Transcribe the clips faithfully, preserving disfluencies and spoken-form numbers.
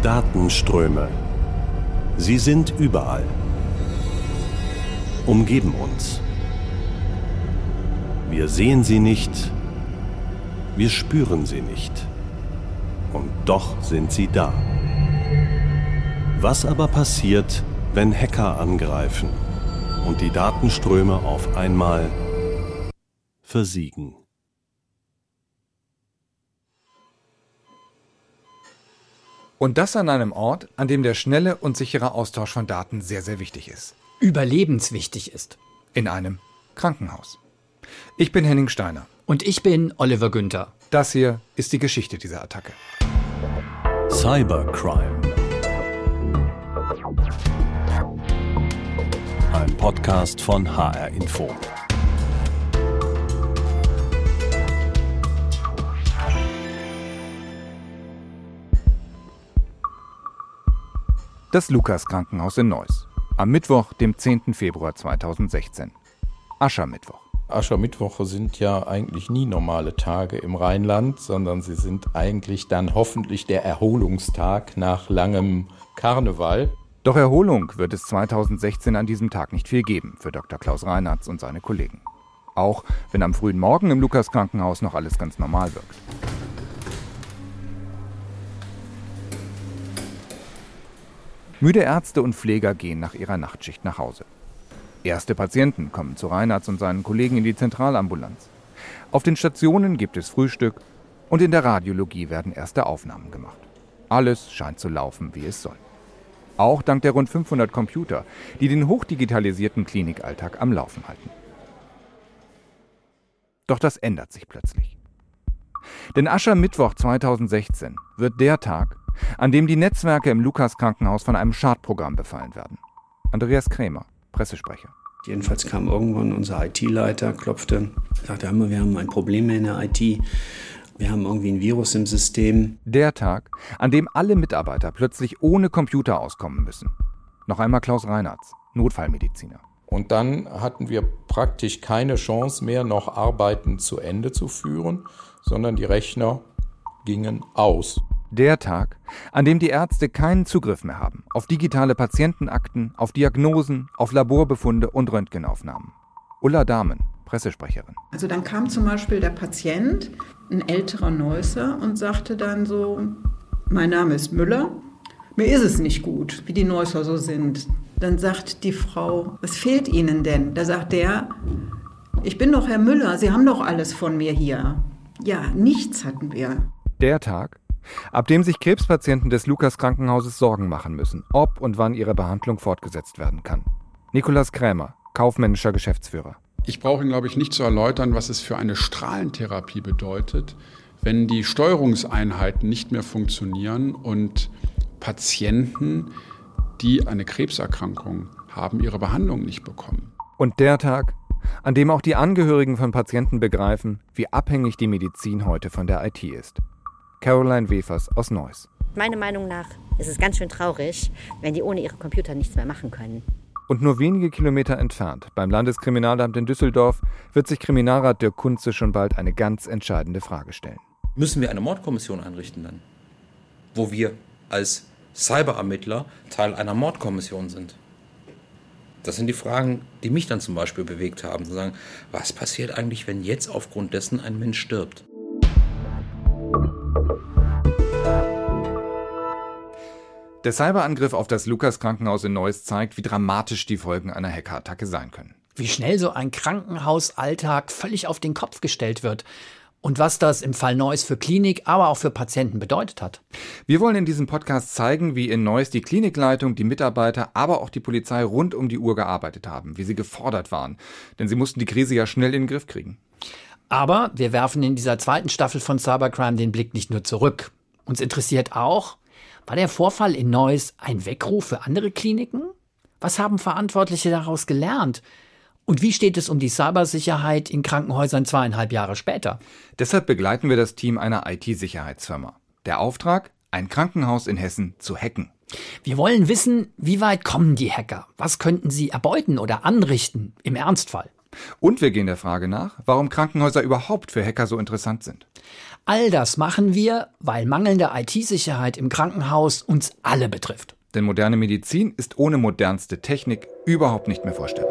Datenströme. Sie sind überall. Umgeben uns. Wir sehen sie nicht. Wir spüren sie nicht. Und doch sind sie da. Was aber passiert, wenn Hacker angreifen und die Datenströme auf einmal versiegen? Und das an einem Ort, an dem der schnelle und sichere Austausch von Daten sehr, sehr wichtig ist. Überlebenswichtig ist. In einem Krankenhaus. Ich bin Henning Steiner. Und ich bin Oliver Günther. Das hier ist die Geschichte dieser Attacke. Cybercrime. Ein Podcast von H R Info. Das Lukas-Krankenhaus in Neuss. Am Mittwoch, dem zehnten Februar zweitausendsechzehn. Aschermittwoch. Aschermittwoche sind ja eigentlich nie normale Tage im Rheinland, sondern sie sind eigentlich dann hoffentlich der Erholungstag nach langem Karneval. Doch Erholung wird es zweitausendsechzehn an diesem Tag nicht viel geben für Doktor Klaus Reinartz und seine Kollegen. Auch wenn am frühen Morgen im Lukas-Krankenhaus noch alles ganz normal wirkt. Müde Ärzte und Pfleger gehen nach ihrer Nachtschicht nach Hause. Erste Patienten kommen zu Reinartz und seinen Kollegen in die Zentralambulanz. Auf den Stationen gibt es Frühstück und in der Radiologie werden erste Aufnahmen gemacht. Alles scheint zu laufen, wie es soll. Auch dank der rund fünfhundert Computer, die den hochdigitalisierten Klinikalltag am Laufen halten. Doch das ändert sich plötzlich. Denn Aschermittwoch zweitausendsechzehn wird der Tag, an dem die Netzwerke im Lukas-Krankenhaus von einem Schadprogramm befallen werden. Andreas Krämer, Pressesprecher. Jedenfalls kam irgendwann unser I T-Leiter, klopfte, sagte, wir haben ein Problem in der I T, wir haben irgendwie ein Virus im System. Der Tag, an dem alle Mitarbeiter plötzlich ohne Computer auskommen müssen. Noch einmal Klaus Reinartz, Notfallmediziner. Und dann hatten wir praktisch keine Chance mehr, noch Arbeiten zu Ende zu führen, sondern die Rechner gingen aus. Der Tag, an dem die Ärzte keinen Zugriff mehr haben auf digitale Patientenakten, auf Diagnosen, auf Laborbefunde und Röntgenaufnahmen. Ulla Dahmen, Pressesprecherin. Also dann kam zum Beispiel der Patient, ein älterer Neusser, und sagte dann so, mein Name ist Müller, mir ist es nicht gut, wie die Neusser so sind. Dann sagt die Frau, was fehlt Ihnen denn? Da sagt der, ich bin doch Herr Müller, Sie haben doch alles von mir hier. Ja, nichts hatten wir. Der Tag, ab dem sich Krebspatienten des Lukas-Krankenhauses Sorgen machen müssen, ob und wann ihre Behandlung fortgesetzt werden kann. Nikolaus Krämer, kaufmännischer Geschäftsführer. Ich brauche Ihnen, glaube ich, nicht zu erläutern, was es für eine Strahlentherapie bedeutet, wenn die Steuerungseinheiten nicht mehr funktionieren und Patienten, die eine Krebserkrankung haben, ihre Behandlung nicht bekommen. Und der Tag, an dem auch die Angehörigen von Patienten begreifen, wie abhängig die Medizin heute von der I T ist. Caroline Wefers aus Neuss. Meiner Meinung nach ist es ganz schön traurig, wenn die ohne ihre Computer nichts mehr machen können. Und nur wenige Kilometer entfernt, beim Landeskriminalamt in Düsseldorf, wird sich Kriminalrat Dirk Kunze schon bald eine ganz entscheidende Frage stellen. Müssen wir eine Mordkommission einrichten dann? Wo wir als Cyberermittler Teil einer Mordkommission sind? Das sind die Fragen, die mich dann zum Beispiel bewegt haben, zu sagen, was passiert eigentlich, wenn jetzt aufgrund dessen ein Mensch stirbt? Der Cyberangriff auf das Lukas-Krankenhaus in Neuss zeigt, wie dramatisch die Folgen einer Hackerattacke sein können. Wie schnell so ein Krankenhausalltag völlig auf den Kopf gestellt wird. Und was das im Fall Neuss für Klinik, aber auch für Patienten bedeutet hat. Wir wollen in diesem Podcast zeigen, wie in Neuss die Klinikleitung, die Mitarbeiter, aber auch die Polizei rund um die Uhr gearbeitet haben, wie sie gefordert waren. Denn sie mussten die Krise ja schnell in den Griff kriegen. Aber wir werfen in dieser zweiten Staffel von Cybercrime den Blick nicht nur zurück. Uns interessiert auch, war der Vorfall in Neuss ein Weckruf für andere Kliniken? Was haben Verantwortliche daraus gelernt? Und wie steht es um die Cybersicherheit in Krankenhäusern zweieinhalb Jahre später? Deshalb begleiten wir das Team einer I T-Sicherheitsfirma. Der Auftrag, ein Krankenhaus in Hessen zu hacken. Wir wollen wissen, wie weit kommen die Hacker? Was könnten sie erbeuten oder anrichten im Ernstfall? Und wir gehen der Frage nach, warum Krankenhäuser überhaupt für Hacker so interessant sind. All das machen wir, weil mangelnde I T-Sicherheit im Krankenhaus uns alle betrifft. Denn moderne Medizin ist ohne modernste Technik überhaupt nicht mehr vorstellbar.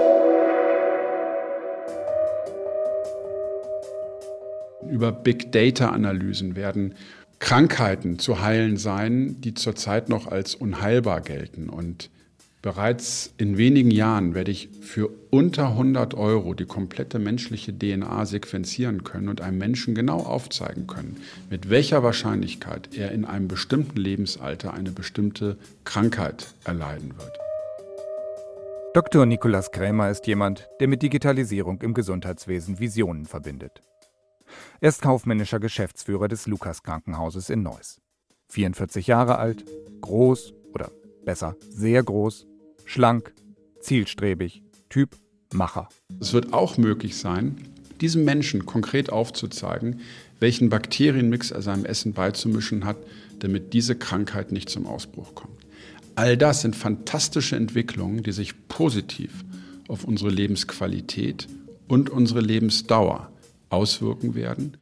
Über Big Data-Analysen werden Krankheiten zu heilen sein, die zurzeit noch als unheilbar gelten. Und bereits in wenigen Jahren werde ich für unter hundert Euro die komplette menschliche D N A sequenzieren können und einem Menschen genau aufzeigen können, mit welcher Wahrscheinlichkeit er in einem bestimmten Lebensalter eine bestimmte Krankheit erleiden wird. Doktor Nikolaus Krämer ist jemand, der mit Digitalisierung im Gesundheitswesen Visionen verbindet. Er ist kaufmännischer Geschäftsführer des Lukas-Krankenhauses in Neuss. vierundvierzig Jahre alt, groß oder besser sehr groß, schlank, zielstrebig, Typ Macher. Es wird auch möglich sein, diesem Menschen konkret aufzuzeigen, welchen Bakterienmix er seinem Essen beizumischen hat, damit diese Krankheit nicht zum Ausbruch kommt. All das sind fantastische Entwicklungen, die sich positiv auf unsere Lebensqualität und unsere Lebensdauer auswirken werden.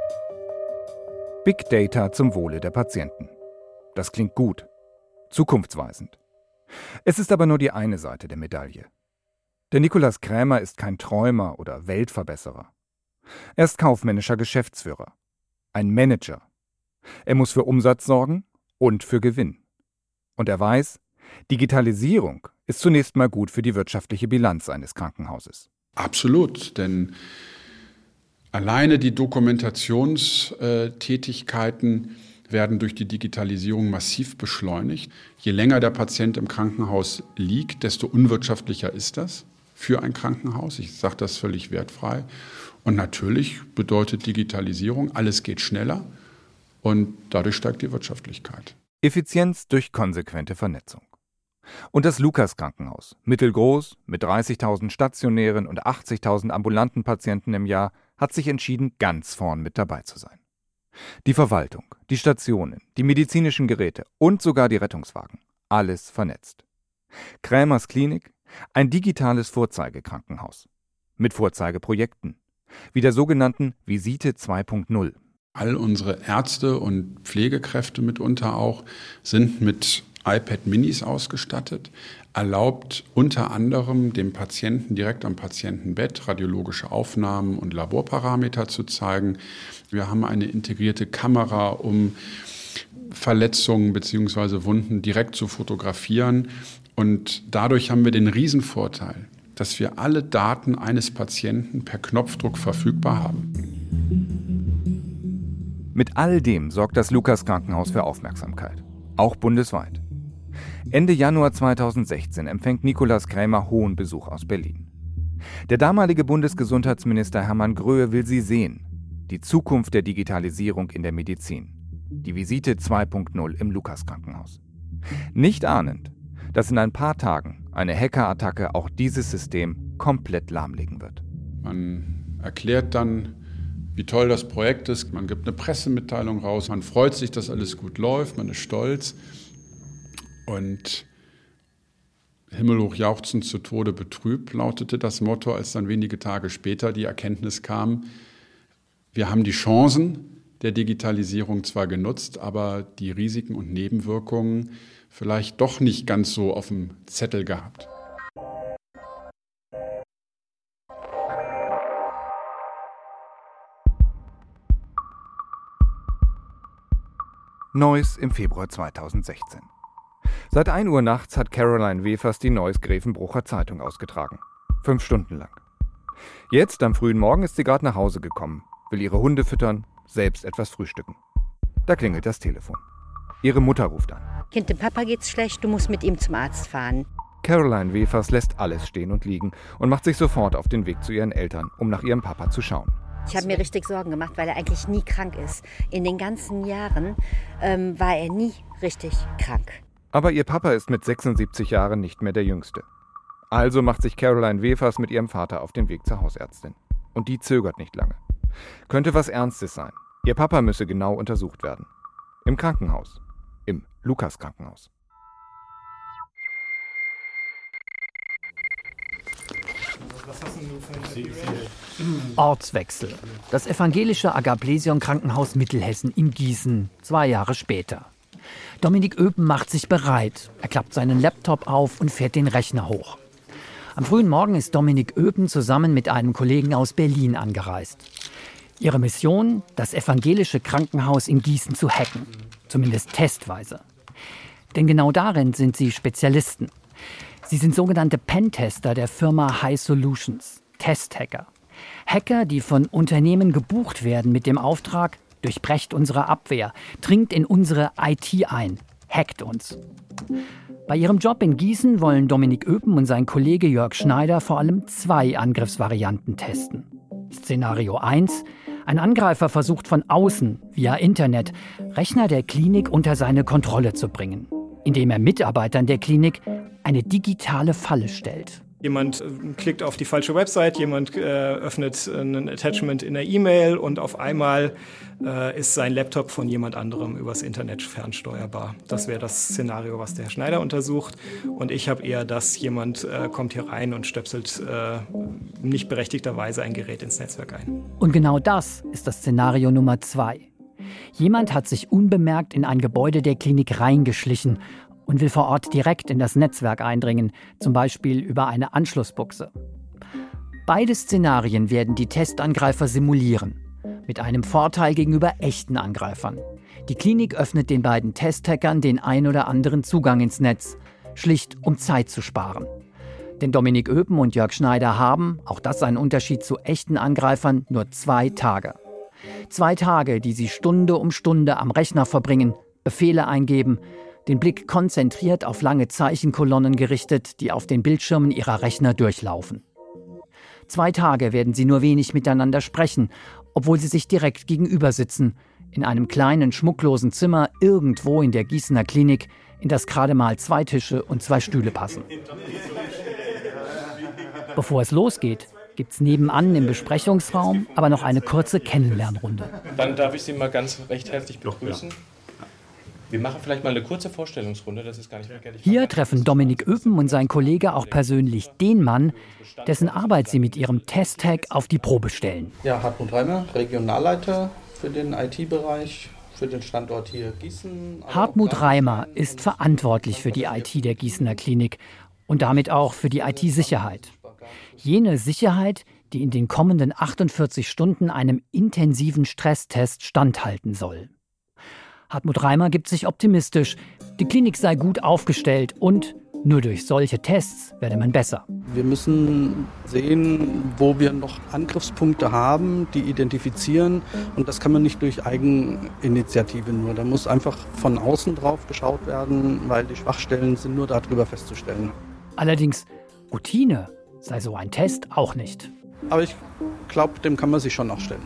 Big Data zum Wohle der Patienten. Das klingt gut, zukunftsweisend. Es ist aber nur die eine Seite der Medaille. Der Nikolaus Krämer ist kein Träumer oder Weltverbesserer. Er ist kaufmännischer Geschäftsführer, ein Manager. Er muss für Umsatz sorgen und für Gewinn. Und er weiß, Digitalisierung ist zunächst mal gut für die wirtschaftliche Bilanz eines Krankenhauses. Absolut, denn alleine die Dokumentationstätigkeiten werden durch die Digitalisierung massiv beschleunigt. Je länger der Patient im Krankenhaus liegt, desto unwirtschaftlicher ist das für ein Krankenhaus. Ich sage das völlig wertfrei. Und natürlich bedeutet Digitalisierung, alles geht schneller und dadurch steigt die Wirtschaftlichkeit. Effizienz durch konsequente Vernetzung. Und das Lukas-Krankenhaus, mittelgroß, mit dreißigtausend stationären und achtzigtausend ambulanten Patienten im Jahr, hat sich entschieden, ganz vorn mit dabei zu sein. Die Verwaltung, die Stationen, die medizinischen Geräte und sogar die Rettungswagen, alles vernetzt. Krämers Klinik, ein digitales Vorzeigekrankenhaus. Mit Vorzeigeprojekten, wie der sogenannten Visite zwei Punkt null. All unsere Ärzte und Pflegekräfte mitunter auch sind mit iPad-Minis ausgestattet, erlaubt unter anderem dem Patienten direkt am Patientenbett radiologische Aufnahmen und Laborparameter zu zeigen. Wir haben eine integrierte Kamera, um Verletzungen bzw. Wunden direkt zu fotografieren. Und dadurch haben wir den Riesenvorteil, dass wir alle Daten eines Patienten per Knopfdruck verfügbar haben. Mit all dem sorgt das Lukas-Krankenhaus für Aufmerksamkeit, auch bundesweit. Ende Januar zweitausendsechzehn empfängt Nikolaus Krämer hohen Besuch aus Berlin. Der damalige Bundesgesundheitsminister Hermann Gröhe will sie sehen. Die Zukunft der Digitalisierung in der Medizin. Die Visite zwei Punkt null im Lukas-Krankenhaus. Nicht ahnend, dass in ein paar Tagen eine Hackerattacke auch dieses System komplett lahmlegen wird. Man erklärt dann, wie toll das Projekt ist. Man gibt eine Pressemitteilung raus. Man freut sich, dass alles gut läuft. Man ist stolz. Und himmelhoch jauchzend zu Tode betrübt, lautete das Motto, als dann wenige Tage später die Erkenntnis kam, wir haben die Chancen der Digitalisierung zwar genutzt, aber die Risiken und Nebenwirkungen vielleicht doch nicht ganz so auf dem Zettel gehabt. Neuss im Februar zweitausendsechzehn. Seit ein Uhr nachts hat Caroline Wefers die Neuss-Grevenbrucher Zeitung ausgetragen. Fünf Stunden lang. Jetzt, am frühen Morgen, ist sie gerade nach Hause gekommen, will ihre Hunde füttern, selbst etwas frühstücken. Da klingelt das Telefon. Ihre Mutter ruft an. Kind, dem Papa geht's schlecht, du musst mit ihm zum Arzt fahren. Caroline Wefers lässt alles stehen und liegen und macht sich sofort auf den Weg zu ihren Eltern, um nach ihrem Papa zu schauen. Ich habe mir richtig Sorgen gemacht, weil er eigentlich nie krank ist. In den ganzen Jahren ähm, war er nie richtig krank. Aber ihr Papa ist mit sechsundsiebzig Jahren nicht mehr der Jüngste. Also macht sich Caroline Wefers mit ihrem Vater auf den Weg zur Hausärztin. Und die zögert nicht lange. Könnte was Ernstes sein. Ihr Papa müsse genau untersucht werden. Im Krankenhaus. Im Was hast du für ein Ortswechsel. Das evangelische Agaplesion-Krankenhaus Mittelhessen in Gießen, zwei Jahre später. Dominik Öpen macht sich bereit. Er klappt seinen Laptop auf und fährt den Rechner hoch. Am frühen Morgen ist Dominik Öpen zusammen mit einem Kollegen aus Berlin angereist. Ihre Mission, das evangelische Krankenhaus in Gießen zu hacken. Zumindest testweise. Denn genau darin sind sie Spezialisten. Sie sind sogenannte Pentester der Firma High Solutions, Testhacker. Hacker, die von Unternehmen gebucht werden mit dem Auftrag, durchbrecht unsere Abwehr, dringt in unsere I T ein, hackt uns. Bei ihrem Job in Gießen wollen Dominik Öpen und sein Kollege Jörg Schneider vor allem zwei Angriffsvarianten testen. Szenario eins: Ein Angreifer versucht von außen, via Internet, Rechner der Klinik unter seine Kontrolle zu bringen, indem er Mitarbeitern der Klinik eine digitale Falle stellt. Jemand äh, klickt auf die falsche Website, jemand äh, öffnet ein Attachment in der E-Mail und auf einmal äh, ist sein Laptop von jemand anderem übers Internet fernsteuerbar. Das wäre das Szenario, was der Herr Schneider untersucht. Und ich habe eher das, jemand äh, kommt hier rein und stöpselt äh, nicht berechtigterweise ein Gerät ins Netzwerk ein. Und genau das ist das Szenario Nummer zwei. Jemand hat sich unbemerkt in ein Gebäude der Klinik reingeschlichen und will vor Ort direkt in das Netzwerk eindringen, zum Beispiel über eine Anschlussbuchse. Beide Szenarien werden die Testangreifer simulieren, mit einem Vorteil gegenüber echten Angreifern. Die Klinik öffnet den beiden Testhackern den ein oder anderen Zugang ins Netz, schlicht um Zeit zu sparen. Denn Dominik Öpen und Jörg Schneider haben, auch das ein Unterschied zu echten Angreifern, nur zwei Tage. Zwei Tage, die sie Stunde um Stunde am Rechner verbringen, Befehle eingeben, den Blick konzentriert auf lange Zeichenkolonnen gerichtet, die auf den Bildschirmen ihrer Rechner durchlaufen. Zwei Tage werden sie nur wenig miteinander sprechen, obwohl sie sich direkt gegenüber sitzen, in einem kleinen, schmucklosen Zimmer irgendwo in der Gießener Klinik, in das gerade mal zwei Tische und zwei Stühle passen. Bevor es losgeht, gibt's nebenan im Besprechungsraum aber noch eine kurze Kennenlernrunde. Dann darf ich Sie mal ganz recht herzlich begrüßen. Wir machen vielleicht mal eine kurze Vorstellungsrunde, das ist gar nicht verkehrt. Hier treffen Dominik Öpen und sein Kollege auch persönlich den Mann, dessen Arbeit sie mit ihrem Testhack auf die Probe stellen. Ja, Hartmut Reimer, Regionalleiter für den I T-Bereich, für den Standort hier Gießen. Hartmut Reimer ist verantwortlich für die I T der Gießener Klinik und damit auch für die I T-Sicherheit. Jene Sicherheit, die in den kommenden achtundvierzig Stunden einem intensiven Stresstest standhalten soll. Hartmut Reimer gibt sich optimistisch. Die Klinik sei gut aufgestellt und nur durch solche Tests werde man besser. Wir müssen sehen, wo wir noch Angriffspunkte haben, die identifizieren. Und das kann man nicht durch Eigeninitiative nur. Da muss einfach von außen drauf geschaut werden, weil die Schwachstellen sind nur darüber festzustellen. Allerdings, Routine sei so ein Test auch nicht. Aber ich glaube, dem kann man sich schon noch stellen.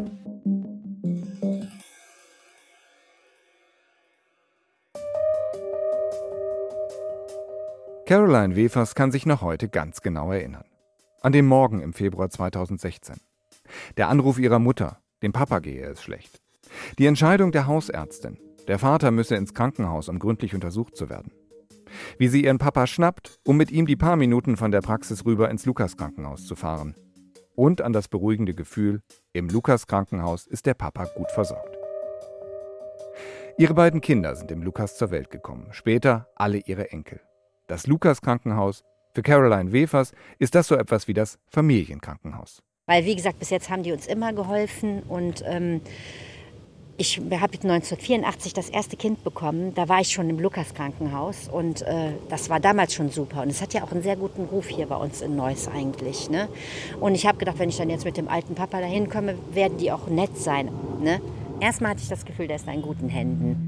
Caroline Wefers kann sich noch heute ganz genau erinnern. An den Morgen im Februar zweitausendsechzehn. Der Anruf ihrer Mutter, dem Papa gehe es schlecht. Die Entscheidung der Hausärztin, der Vater müsse ins Krankenhaus, um gründlich untersucht zu werden. Wie sie ihren Papa schnappt, um mit ihm die paar Minuten von der Praxis rüber ins Lukas-Krankenhaus zu fahren. Und an das beruhigende Gefühl, im Lukas-Krankenhaus ist der Papa gut versorgt. Ihre beiden Kinder sind im Lukas zur Welt gekommen, später alle ihre Enkel. Das Lukas-Krankenhaus, für Caroline Wefers ist das so etwas wie das Familienkrankenhaus. Weil, wie gesagt, bis jetzt haben die uns immer geholfen und ähm, ich habe neunzehnhundertvierundachtzig das erste Kind bekommen. Da war ich schon im Lukas-Krankenhaus und äh, das war damals schon super. Und es hat ja auch einen sehr guten Ruf hier bei uns in Neuss eigentlich. Ne? Und ich habe gedacht, wenn ich dann jetzt mit dem alten Papa dahin komme, werden die auch nett sein. Ne? Erstmal hatte ich das Gefühl, der ist in guten Händen.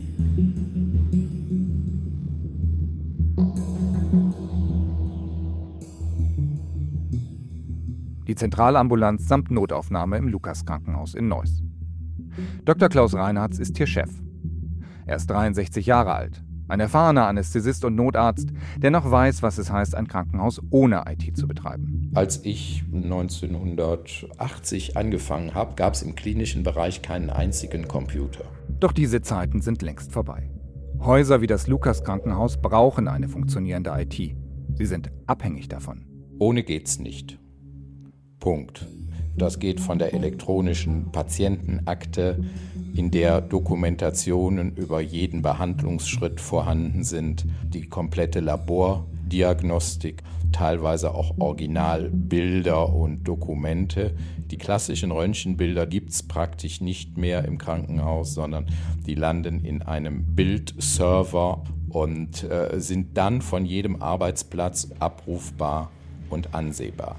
Die Zentralambulanz samt Notaufnahme im Lukas-Krankenhaus in Neuss. Doktor Klaus Reinhardt ist hier Chef. Er ist dreiundsechzig Jahre alt, ein erfahrener Anästhesist und Notarzt, der noch weiß, was es heißt, ein Krankenhaus ohne I T zu betreiben. Als ich neunzehnhundertachtzig angefangen habe, gab es im klinischen Bereich keinen einzigen Computer. Doch diese Zeiten sind längst vorbei. Häuser wie das Lukas-Krankenhaus brauchen eine funktionierende I T. Sie sind abhängig davon. Ohne geht's nicht. Punkt. Das geht von der elektronischen Patientenakte, in der Dokumentationen über jeden Behandlungsschritt vorhanden sind, die komplette Labordiagnostik, teilweise auch Originalbilder und Dokumente. Die klassischen Röntgenbilder gibt es praktisch nicht mehr im Krankenhaus, sondern die landen in einem Bildserver und äh, sind dann von jedem Arbeitsplatz abrufbar und ansehbar.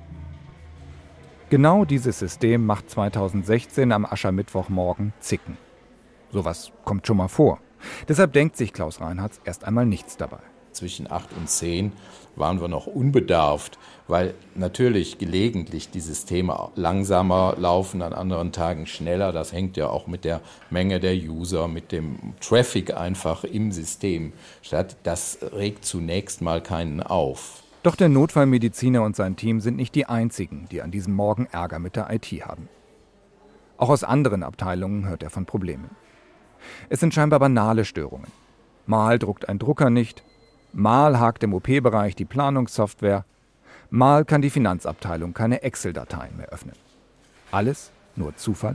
Genau dieses System macht zweitausendsechzehn am Aschermittwochmorgen Zicken. Sowas kommt schon mal vor. Deshalb denkt sich Klaus Reinhardt erst einmal nichts dabei. Zwischen acht und zehn waren wir noch unbedarft, weil natürlich gelegentlich die Systeme langsamer laufen, an anderen Tagen schneller. Das hängt ja auch mit der Menge der User, mit dem Traffic einfach im System statt. Das regt zunächst mal keinen auf. Doch der Notfallmediziner und sein Team sind nicht die einzigen, die an diesem Morgen Ärger mit der I T haben. Auch aus anderen Abteilungen hört er von Problemen. Es sind scheinbar banale Störungen. Mal druckt ein Drucker nicht, mal hakt im O P-Bereich die Planungssoftware, mal kann die Finanzabteilung keine Excel-Dateien mehr öffnen. Alles nur Zufall?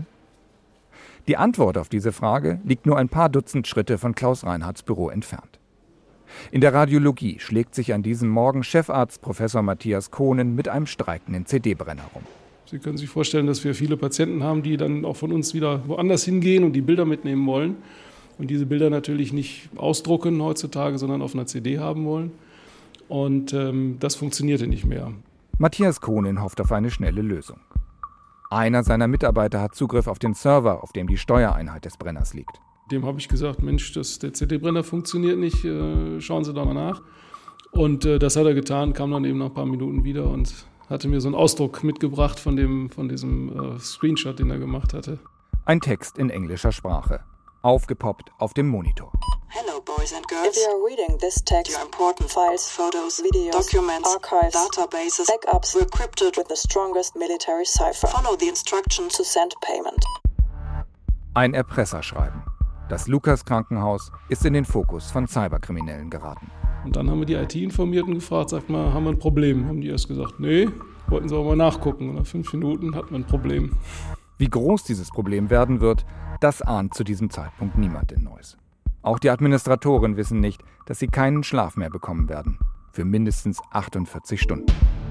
Die Antwort auf diese Frage liegt nur ein paar Dutzend Schritte von Klaus Reinhardts Büro entfernt. In der Radiologie schlägt sich an diesem Morgen Chefarzt Professor Matthias Kohnen mit einem streikenden C D-Brenner rum. Sie können sich vorstellen, dass wir viele Patienten haben, die dann auch von uns wieder woanders hingehen und die Bilder mitnehmen wollen. Und diese Bilder natürlich nicht ausdrucken heutzutage, sondern auf einer C D haben wollen. Und ähm, das funktionierte nicht mehr. Matthias Kohnen hofft auf eine schnelle Lösung. Einer seiner Mitarbeiter hat Zugriff auf den Server, auf dem die Steuereinheit des Brenners liegt. Dem habe ich gesagt, Mensch, das, der C D-Brenner funktioniert nicht, äh, schauen Sie da mal nach. Und äh, das hat er getan, kam dann eben nach ein paar Minuten wieder und hatte mir so einen Ausdruck mitgebracht von, dem, von diesem äh, Screenshot, den er gemacht hatte. Ein Text in englischer Sprache, aufgepoppt auf dem Monitor. Hello, boys and girls. If you are reading this text, your important files, photos, videos, documents, archives, databases, backups were encrypted with the strongest military cipher. Follow the instructions to send payment. Ein Erpresserschreiben. Das Lukas-Krankenhaus ist in den Fokus von Cyberkriminellen geraten. Und dann haben wir die I T informiert und gefragt, sagt mal, haben wir ein Problem? Haben die erst gesagt, nee, wollten sie aber mal nachgucken. Und nach fünf Minuten hatten wir ein Problem. Wie groß dieses Problem werden wird, das ahnt zu diesem Zeitpunkt niemand in Neuss. Auch die Administratoren wissen nicht, dass sie keinen Schlaf mehr bekommen werden. Für mindestens achtundvierzig Stunden.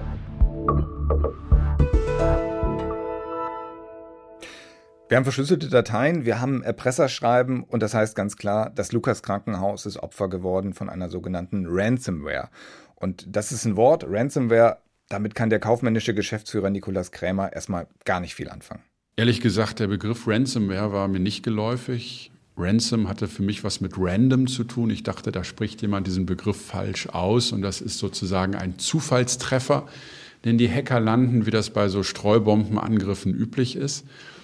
Wir haben verschlüsselte Dateien, wir haben Erpresserschreiben und das heißt ganz klar, das Lukas-Krankenhaus ist Opfer geworden von einer sogenannten Ransomware. Und das ist ein Wort, Ransomware, damit kann der kaufmännische Geschäftsführer Nikolaus Krämer erstmal gar nicht viel anfangen. Ehrlich gesagt, der Begriff Ransomware war mir nicht geläufig. Ransom hatte für mich was mit Random zu tun. Ich dachte, da spricht jemand diesen Begriff falsch aus und das ist sozusagen ein Zufallstreffer, den die Hacker landen, wie das bei so Streubombenangriffen üblich ist.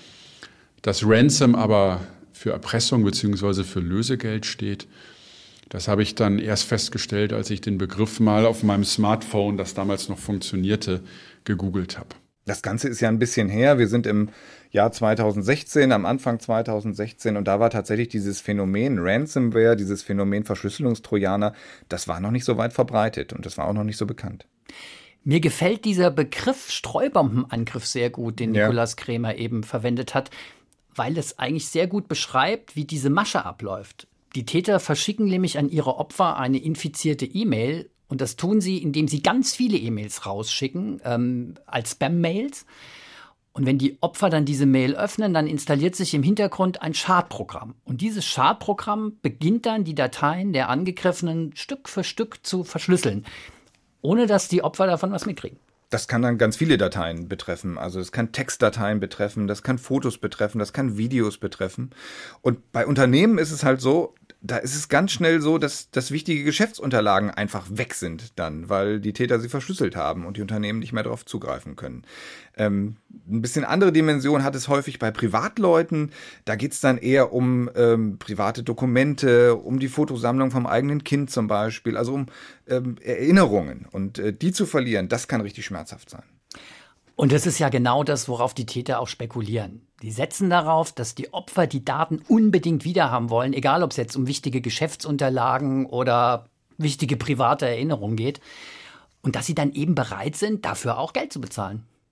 Dass Ransom aber für Erpressung bzw. für Lösegeld steht, das habe ich dann erst festgestellt, als ich den Begriff mal auf meinem Smartphone, das damals noch funktionierte, gegoogelt habe. Das Ganze ist ja ein bisschen her. Wir sind im Jahr zweitausendsechzehn, am Anfang zweitausendsechzehn und da war tatsächlich dieses Phänomen Ransomware, dieses Phänomen Verschlüsselungstrojaner, das war noch nicht so weit verbreitet und das war auch noch nicht so bekannt. Mir gefällt dieser Begriff Streubombenangriff sehr gut, den Ja. Nikolaus Krämer eben verwendet hat, weil es eigentlich sehr gut beschreibt, wie diese Masche abläuft. Die Täter verschicken nämlich an ihre Opfer eine infizierte E-Mail und das tun sie, indem sie ganz viele E-Mails rausschicken, ähm, als Spam-Mails. Und wenn die Opfer dann diese Mail öffnen, dann installiert sich im Hintergrund ein Schadprogramm. Und dieses Schadprogramm beginnt dann, die Dateien der Angegriffenen Stück für Stück zu verschlüsseln, ohne dass die Opfer davon was mitkriegen. Das kann dann ganz viele Dateien betreffen. Also es kann Textdateien betreffen, das kann Fotos betreffen, das kann Videos betreffen. Und bei Unternehmen ist es halt so, da ist es ganz schnell so, dass, dass wichtige Geschäftsunterlagen einfach weg sind dann, weil die Täter sie verschlüsselt haben und die Unternehmen nicht mehr darauf zugreifen können. Ähm, ein bisschen andere Dimension hat es häufig bei Privatleuten. Da geht es dann eher um ähm, private Dokumente, um die Fotosammlung vom eigenen Kind zum Beispiel, also um ähm, Erinnerungen. Und äh, die zu verlieren, das kann richtig schmerzhaft sein. Und das ist ja genau das, worauf die Täter auch spekulieren. Die setzen darauf, dass die Opfer die Daten unbedingt wiederhaben wollen, egal ob es jetzt um wichtige Geschäftsunterlagen oder wichtige private Erinnerungen geht. Und dass sie dann eben bereit sind, dafür auch Geld zu bezahlen.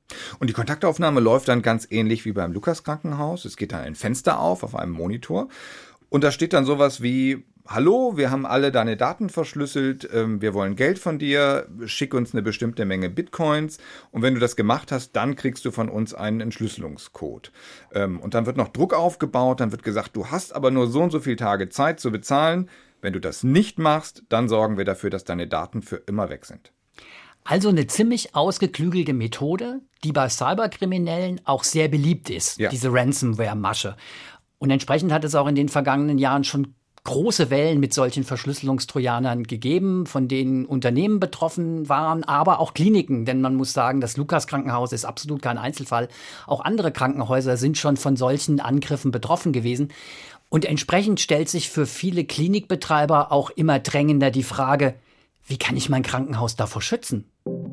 Und die Kontaktaufnahme läuft dann ganz ähnlich wie beim Lukas-Krankenhaus. Es geht dann ein Fenster auf, auf einem Monitor. Und da steht dann sowas wie: Hallo, wir haben alle deine Daten verschlüsselt, wir wollen Geld von dir, schick uns eine bestimmte Menge Bitcoins und wenn du das gemacht hast, dann kriegst du von uns einen Entschlüsselungscode. Und dann wird noch Druck aufgebaut, dann wird gesagt, du hast aber nur so und so viele Tage Zeit zu bezahlen. Wenn du das nicht machst, dann sorgen wir dafür, dass deine Daten für immer weg sind. Also eine ziemlich ausgeklügelte Methode, die bei Cyberkriminellen auch sehr beliebt ist, ja. Diese Ransomware-Masche. Und entsprechend hat es auch in den vergangenen Jahren schon große Wellen mit solchen Verschlüsselungstrojanern gegeben, von denen Unternehmen betroffen waren, aber auch Kliniken. Denn man muss sagen, das Lukas-Krankenhaus ist absolut kein Einzelfall. Auch andere Krankenhäuser sind schon von solchen Angriffen betroffen gewesen. Und entsprechend stellt sich für viele Klinikbetreiber auch immer drängender die Frage, wie kann ich mein Krankenhaus davor schützen?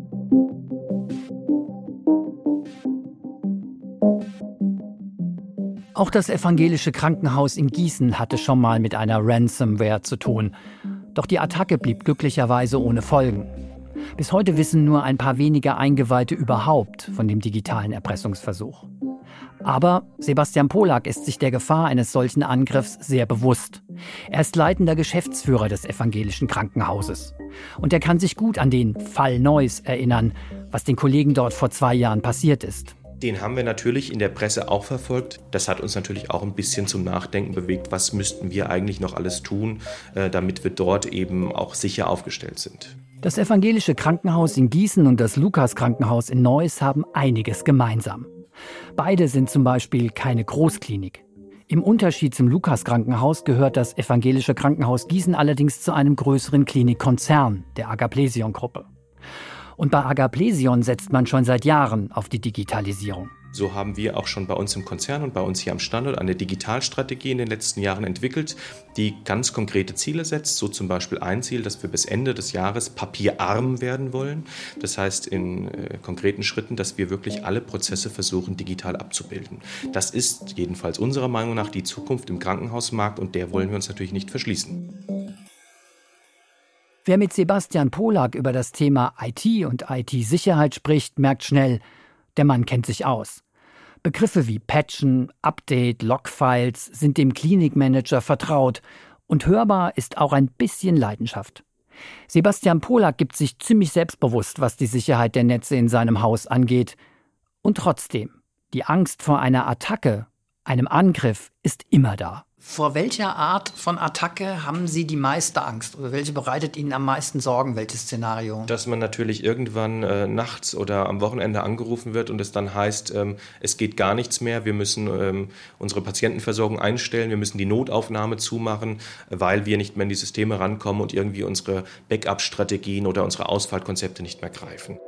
Auch das evangelische Krankenhaus in Gießen hatte schon mal mit einer Ransomware zu tun. Doch die Attacke blieb glücklicherweise ohne Folgen. Bis heute wissen nur ein paar wenige Eingeweihte überhaupt von dem digitalen Erpressungsversuch. Aber Sebastian Polak ist sich der Gefahr eines solchen Angriffs sehr bewusst. Er ist leitender Geschäftsführer des evangelischen Krankenhauses. Und er kann sich gut an den Fall Neuss erinnern, was den Kollegen dort vor zwei Jahren passiert ist. Den haben wir natürlich in der Presse auch verfolgt. Das hat uns natürlich auch ein bisschen zum Nachdenken bewegt, was müssten wir eigentlich noch alles tun, damit wir dort eben auch sicher aufgestellt sind. Das evangelische Krankenhaus in Gießen und das Lukas-Krankenhaus in Neuss haben einiges gemeinsam. Beide sind zum Beispiel keine Großklinik. Im Unterschied zum Lukas-Krankenhaus gehört das evangelische Krankenhaus Gießen allerdings zu einem größeren Klinikkonzern, der Agaplesion-Gruppe. Und bei Agaplesion setzt man schon seit Jahren auf die Digitalisierung. So haben wir auch schon bei uns im Konzern und bei uns hier am Standort eine Digitalstrategie in den letzten Jahren entwickelt, die ganz konkrete Ziele setzt. So zum Beispiel ein Ziel, dass wir bis Ende des Jahres papierarm werden wollen. Das heißt in äh, konkreten Schritten, dass wir wirklich alle Prozesse versuchen, digital abzubilden. Das ist jedenfalls unserer Meinung nach die Zukunft im Krankenhausmarkt und der wollen wir uns natürlich nicht verschließen. Wer mit Sebastian Polak über das Thema I T und I T-Sicherheit spricht, merkt schnell, der Mann kennt sich aus. Begriffe wie Patchen, Update, Logfiles sind dem Klinikmanager vertraut und hörbar ist auch ein bisschen Leidenschaft. Sebastian Polak gibt sich ziemlich selbstbewusst, was die Sicherheit der Netze in seinem Haus angeht. Und trotzdem, die Angst vor einer Attacke, einem Angriff, ist immer da. Vor welcher Art von Attacke haben Sie die meiste Angst? Oder welche bereitet Ihnen am meisten Sorgen? Welches Szenario? Dass man natürlich irgendwann äh, nachts oder am Wochenende angerufen wird und es dann heißt, ähm, es geht gar nichts mehr, wir müssen ähm, unsere Patientenversorgung einstellen, wir müssen die Notaufnahme zumachen, weil wir nicht mehr in die Systeme rankommen und irgendwie unsere Backup-Strategien oder unsere Ausfallkonzepte nicht mehr greifen.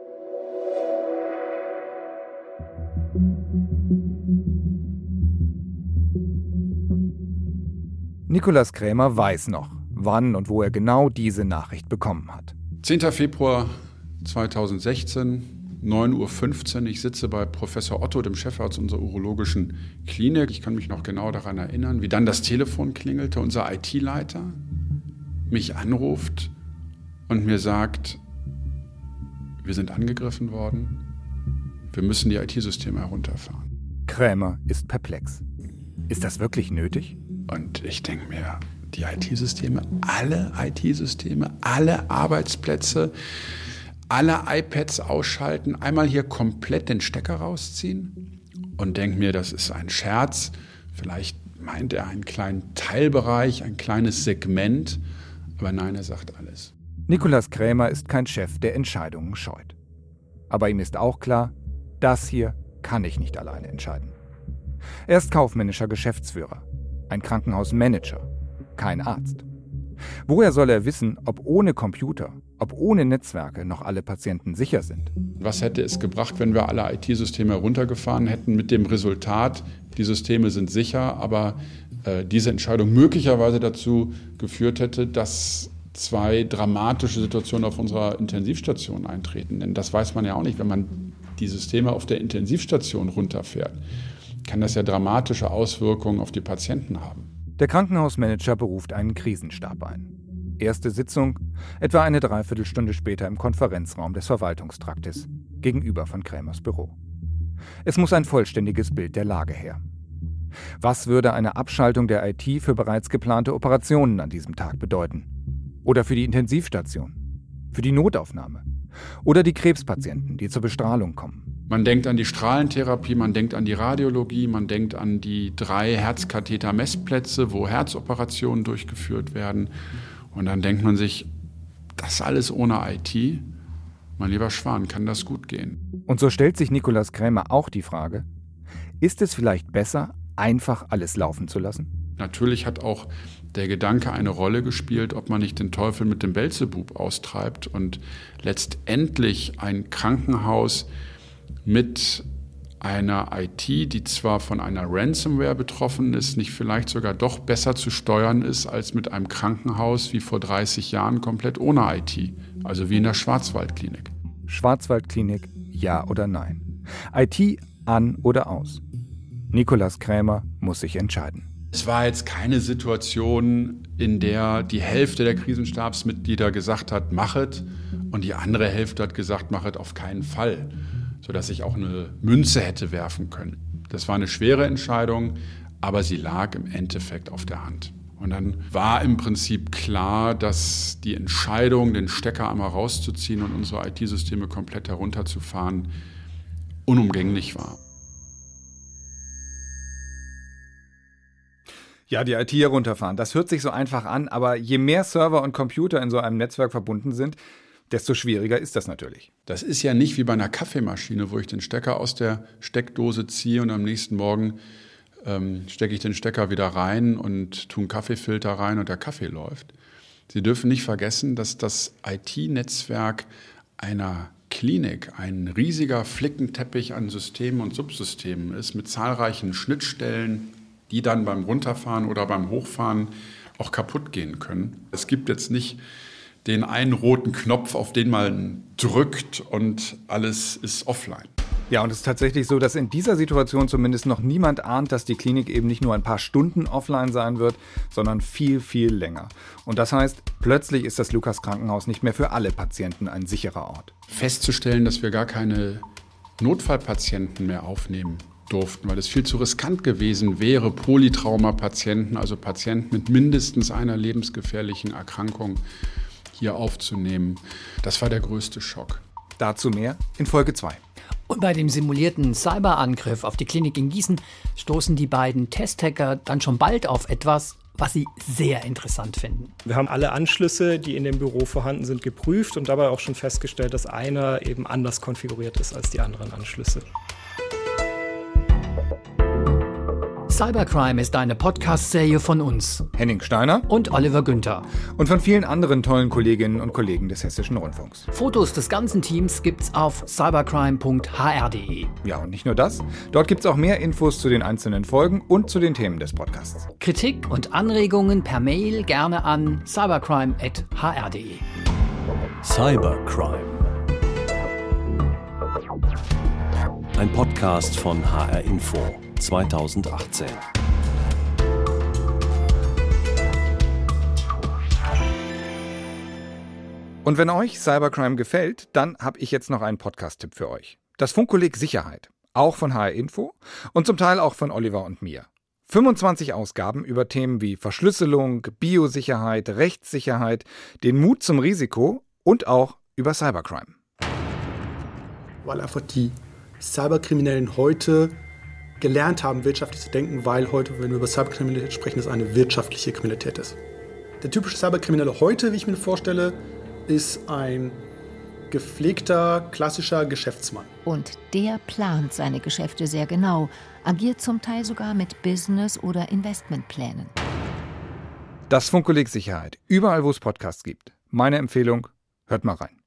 Nikolaus Krämer weiß noch, wann und wo er genau diese Nachricht bekommen hat. zehnter Februar zweitausendsechzehn, neun Uhr fünfzehn. Ich sitze bei Professor Otto, dem Chefarzt unserer urologischen Klinik. Ich kann mich noch genau daran erinnern, wie dann das Telefon klingelte, unser I T-Leiter mich anruft und mir sagt, wir sind angegriffen worden, wir müssen die I T-Systeme herunterfahren. Krämer ist perplex. Ist das wirklich nötig? Und ich denke mir, die I T-Systeme, alle I T-Systeme, alle Arbeitsplätze, alle iPads ausschalten, einmal hier komplett den Stecker rausziehen und denke mir, das ist ein Scherz. Vielleicht meint er einen kleinen Teilbereich, ein kleines Segment, aber nein, er sagt alles. Nikolaus Krämer ist kein Chef, der Entscheidungen scheut. Aber ihm ist auch klar, das hier kann ich nicht alleine entscheiden. Er ist kaufmännischer Geschäftsführer. Ein Krankenhausmanager, kein Arzt. Woher soll er wissen, ob ohne Computer, ob ohne Netzwerke noch alle Patienten sicher sind? Was hätte es gebracht, wenn wir alle I T-Systeme heruntergefahren hätten mit dem Resultat, die Systeme sind sicher, aber äh, diese Entscheidung möglicherweise dazu geführt hätte, dass zwei dramatische Situationen auf unserer Intensivstation eintreten. Denn das weiß man ja auch nicht, wenn man die Systeme auf der Intensivstation runterfährt, kann das ja dramatische Auswirkungen auf die Patienten haben. Der Krankenhausmanager beruft einen Krisenstab ein. Erste Sitzung, etwa eine Dreiviertelstunde später im Konferenzraum des Verwaltungstraktes, gegenüber von Krämers Büro. Es muss ein vollständiges Bild der Lage her. Was würde eine Abschaltung der I T für bereits geplante Operationen an diesem Tag bedeuten? Oder für die Intensivstation? Für die Notaufnahme? Oder die Krebspatienten, die zur Bestrahlung kommen? Man denkt an die Strahlentherapie, man denkt an die Radiologie, man denkt an die drei Herzkatheter-Messplätze, wo Herzoperationen durchgeführt werden. Und dann denkt man sich, das alles ohne I T? Mein lieber Schwan, kann das gut gehen? Und so stellt sich Nikolaus Krämer auch die Frage, ist es vielleicht besser, einfach alles laufen zu lassen? Natürlich hat auch der Gedanke eine Rolle gespielt, ob man nicht den Teufel mit dem Beelzebub austreibt und letztendlich ein Krankenhaus mit einer I T, die zwar von einer Ransomware betroffen ist, nicht vielleicht sogar doch besser zu steuern ist, als mit einem Krankenhaus wie vor dreißig Jahren komplett ohne I T, also wie in der Schwarzwaldklinik. Schwarzwaldklinik, ja oder nein? I T an oder aus? Nikolaus Krämer muss sich entscheiden. Es war jetzt keine Situation, in der die Hälfte der Krisenstabsmitglieder gesagt hat, machet, und die andere Hälfte hat gesagt, machet auf keinen Fall, sodass ich auch eine Münze hätte werfen können. Das war eine schwere Entscheidung, aber sie lag im Endeffekt auf der Hand. Und dann war im Prinzip klar, dass die Entscheidung, den Stecker einmal rauszuziehen und unsere I T-Systeme komplett herunterzufahren, unumgänglich war. Ja, die I T herunterfahren, das hört sich so einfach an, aber je mehr Server und Computer in so einem Netzwerk verbunden sind, desto schwieriger ist das natürlich. Das ist ja nicht wie bei einer Kaffeemaschine, wo ich den Stecker aus der Steckdose ziehe und am nächsten Morgen ähm, stecke ich den Stecker wieder rein und tue einen Kaffeefilter rein und der Kaffee läuft. Sie dürfen nicht vergessen, dass das I T-Netzwerk einer Klinik ein riesiger Flickenteppich an Systemen und Subsystemen ist mit zahlreichen Schnittstellen, die dann beim Runterfahren oder beim Hochfahren auch kaputt gehen können. Es gibt jetzt nicht den einen roten Knopf, auf den man drückt und alles ist offline. Ja, und es ist tatsächlich so, dass in dieser Situation zumindest noch niemand ahnt, dass die Klinik eben nicht nur ein paar Stunden offline sein wird, sondern viel, viel länger. Und das heißt, plötzlich ist das Lukas-Krankenhaus nicht mehr für alle Patienten ein sicherer Ort. Festzustellen, dass wir gar keine Notfallpatienten mehr aufnehmen durften, weil es viel zu riskant gewesen wäre, Polytrauma-Patienten, also Patienten mit mindestens einer lebensgefährlichen Erkrankung hier aufzunehmen. Das war der größte Schock. Dazu mehr in Folge zwei. Und bei dem simulierten Cyberangriff auf die Klinik in Gießen stoßen die beiden Testhacker dann schon bald auf etwas, was sie sehr interessant finden. Wir haben alle Anschlüsse, die in dem Büro vorhanden sind, geprüft und dabei auch schon festgestellt, dass einer eben anders konfiguriert ist als die anderen Anschlüsse. Cybercrime ist eine Podcast-Serie von uns, Henning Steiner und Oliver Günther. Und von vielen anderen tollen Kolleginnen und Kollegen des Hessischen Rundfunks. Fotos des ganzen Teams gibt's auf cybercrime punkt h r punkt d e. Ja, und nicht nur das. Dort gibt's auch mehr Infos zu den einzelnen Folgen und zu den Themen des Podcasts. Kritik und Anregungen per Mail gerne an cybercrime at h r punkt d e. Cybercrime. Ein Podcast von H R Info zweitausendachtzehn. Und wenn euch Cybercrime gefällt, dann habe ich jetzt noch einen Podcast-Tipp für euch. Das Funkkolleg Sicherheit, auch von H R Info und zum Teil auch von Oliver und mir. fünfundzwanzig Ausgaben über Themen wie Verschlüsselung, Biosicherheit, Rechtssicherheit, den Mut zum Risiko und auch über Cybercrime. Weil einfach die Cyberkriminellen heute gelernt haben, wirtschaftlich zu denken, weil heute, wenn wir über Cyberkriminalität sprechen, es eine wirtschaftliche Kriminalität ist. Der typische Cyberkriminelle heute, wie ich mir vorstelle, ist ein gepflegter, klassischer Geschäftsmann. Und der plant seine Geschäfte sehr genau, agiert zum Teil sogar mit Business- oder Investmentplänen. Das Funkkolleg Sicherheit, überall wo es Podcasts gibt. Meine Empfehlung, hört mal rein.